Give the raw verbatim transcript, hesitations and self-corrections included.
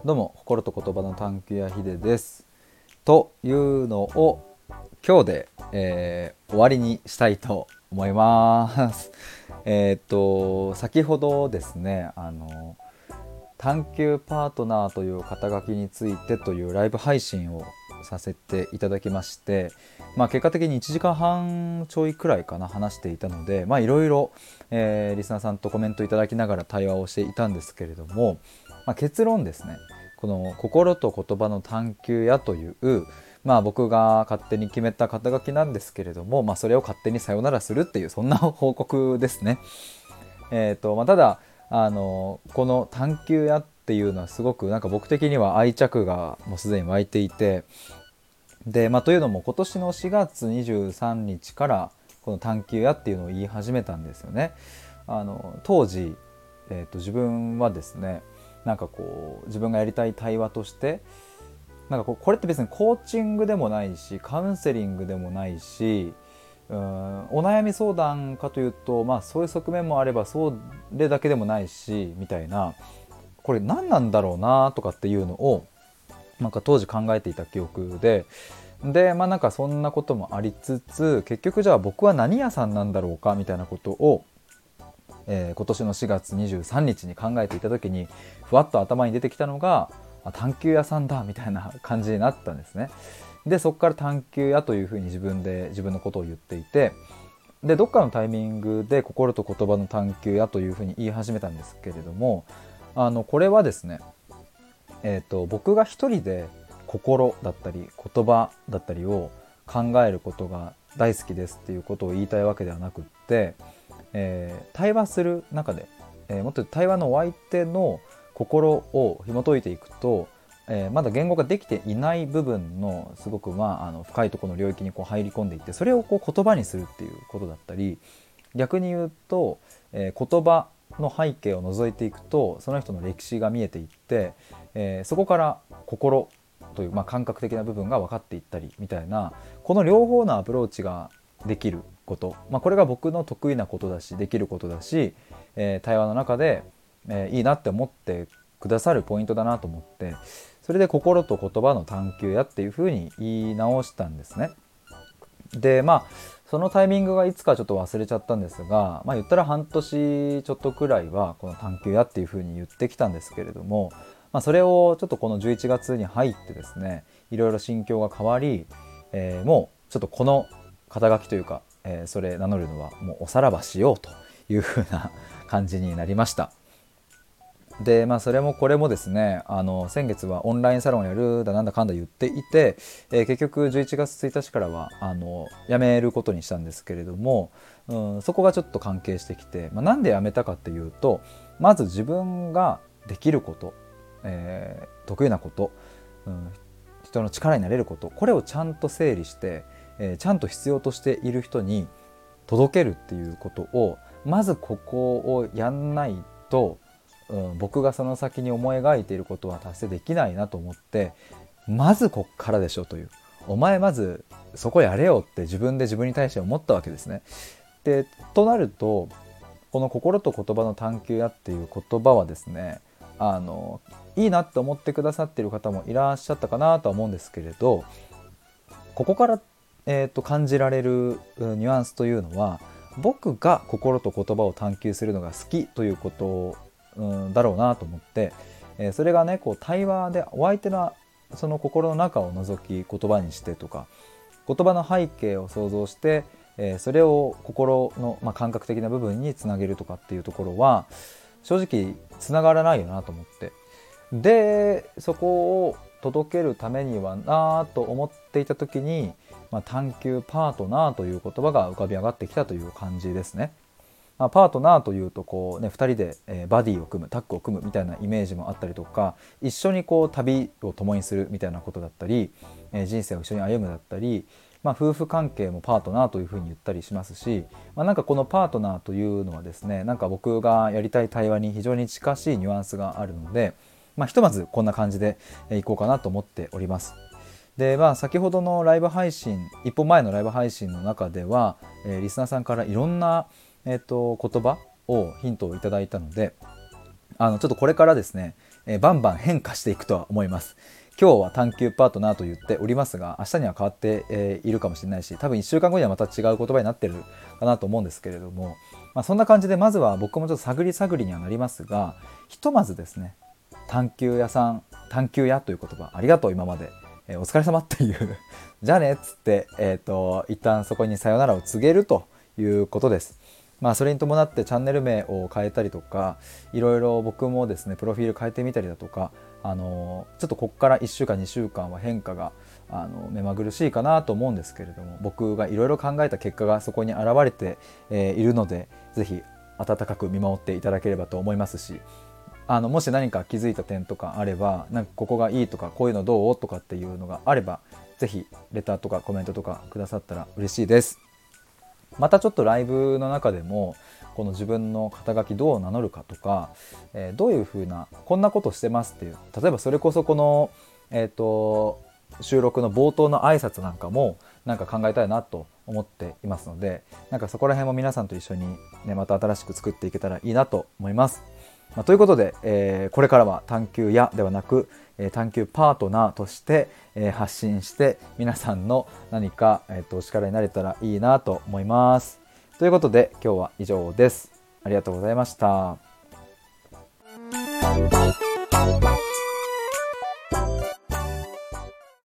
どうも心と言葉の探求やひでですというのを今日で、えー終わりにしたいと思いますえーっと先ほどですねあの探求パートナーという肩書きについてというライブ配信をさせていただきまして、まあ、結果的にいちじかんはんちょいくらいかな話していたので、まあいろいろえーリスナーさんとコメントいただきながら対話をしていたんですけれども、まあ、結論ですね、この心と言葉の探求やという、まあ、僕が勝手に決めた肩書きなんですけれども、まあ、それを勝手にさよならするっていうそんな報告ですね。えーとまあ、ただあのこの探求やっていうのはすごくなんか僕的には愛着がもうすでに湧いていて、で、まあ、というのも今年のしがつにじゅうさんにちからこの探求やっていうのを言い始めたんですよね。あの当時、えーと自分はですね、なんかこう自分がやりたい対話としてなんかこうこれって別にコーチングでもないしカウンセリングでもないし、うーんお悩み相談かというと、まあそういう側面もあればそれだけでもないしみたいな、これ何なんだろうなとかっていうのをなんか当時考えていた記憶で、でまあなんかそんなこともありつつ、結局じゃあ僕は何屋さんなんだろうかみたいなことを、えー今年のしがつにじゅうさんにちに考えていた時にふわっと頭に出てきたのが、あ探求屋さんだみたいな感じになったんですね。でそこから探求屋というふうに自分で自分のことを言っていて、でどっかのタイミングで心と言葉の探求屋というふうに言い始めたんですけれども、あのこれはですね、えーと僕が一人で心だったり言葉だったりを考えることが大好きですっていうことを言いたいわけではなくって、えー対話する中で、えーもっと言うと対話のお相手の心を紐解いていくと、えーまだ言語ができていない部分のすごく、まあ、あの深いところの領域にこう入り込んでいって、それをこう言葉にするっていうことだったり、逆に言うと、えー言葉の背景を覗いていくとその人の歴史が見えていって、えーそこから心という、まあ、感覚的な部分が分かっていったりみたいな、この両方のアプローチができること、まあ、これが僕の得意なことだしできることだし、えー対話の中で、えーいいなって思ってくださるポイントだなと思って、それで心と言葉の探求やっていうふうに言い直したんですね。でまあそのタイミングがいつかちょっと忘れちゃったんですが、まあ言ったら半年ちょっとくらいはこの探求やっていうふうに言ってきたんですけれども、まあ、それをちょっとこのじゅういちがつに入ってですね、いろいろ心境が変わり、えーもうちょっとこの肩書きというか、えーそれ名乗るのはもうおさらばしようというふうな感じになりました。でまあそれもこれもですね、あの先月はオンラインサロンやるだなんだかんだ言っていて、えー結局じゅういちがつついたちからはあの辞めることにしたんですけれども、うん、そこがちょっと関係してきて、まあ、なんで辞めたかっていうと、まず自分ができること、えー得意なこと、うん、人の力になれること、これをちゃんと整理して、えーちゃんと必要としている人に届けるっていうことを、まずここをやんないと、うん、僕がその先に思い描いていることは達成できないなと思って、まずこっからでしょという、お前まずそこやれよって自分で自分に対して思ったわけですね。でとなると、この心と言葉の探求やっていう言葉はですね、あのいいなって思ってくださっている方もいらっしゃったかなとは思うんですけれど、ここから、えー、と感じられるうんニュアンスというのは、僕が心と言葉を探求するのが好きということうんだろうなと思って、えーそれがねこう対話でお相手のその心の中を覗き言葉にしてとか、言葉の背景を想像して、えーそれを心の、まあ、感覚的な部分につなげるとかっていうところは正直つながらないよなと思って、でそこを届けるためにはなと思っていた時に、まあ、探求パートナーという言葉が浮かび上がってきたという感じですね。まあ、パートナーというとこう、ね、ふたりで、えーバディを組むタッグを組むみたいなイメージもあったりとか、一緒にこう旅を共にするみたいなことだったり、えー人生を一緒に歩むだったり、まあ、夫婦関係もパートナーというふうに言ったりしますし、まあ、なんかこのパートナーというのはですね、なんか僕がやりたい対話に非常に近しいニュアンスがあるので、まあ、ひとまずこんな感じでいこうかなと思っております。でまあ、先ほどのライブ配信、一歩前のライブ配信の中では、えーリスナーさんからいろんな、えー、と言葉をヒントをいただいたので、あのちょっとこれからですね、 えー、バンバン変化していくとは思います。今日は探究パートナーと言っておりますが、明日には変わって、えーいるかもしれないし、多分いっしゅうかんごにはまた違う言葉になってるかなと思うんですけれども、まあ、そんな感じでまずは僕もちょっと探り探りにはなりますが、ひとまずですね、探究屋さん、探究屋という言葉ありがとう今まで、えーお疲れ様っていうじゃあねっつって、えー、と一旦そこにさよならを告げるということです。まあそれに伴ってチャンネル名を変えたりとか、いろいろ僕もですねプロフィール変えてみたりだとか、あのちょっとここからいっしゅうかんにしゅうかんは変化があの目まぐるしいかなと思うんですけれども、僕がいろいろ考えた結果がそこに現れて、えーいるので、ぜひ温かく見守っていただければと思いますし、あのもし何か気づいた点とかあれば、なんかここがいいとかこういうのどうとかっていうのがあれば、ぜひレターとかコメントとかくださったら嬉しいです。またちょっとライブの中でもこの自分の肩書きどう名乗るかとか、えーどういうふうなこんなことしてますっていう、例えばそれこそこの、えー、と収録の冒頭の挨拶なんかもなんか考えたいなと思っていますので、なんかそこら辺も皆さんと一緒に、ね、また新しく作っていけたらいいなと思います。まあ、ということで、えーこれからは探究屋ではなく、えー探究パートナーとして、えー発信して皆さんの何か、えーとお力になれたらいいなと思います。ということで今日は以上です。ありがとうございました。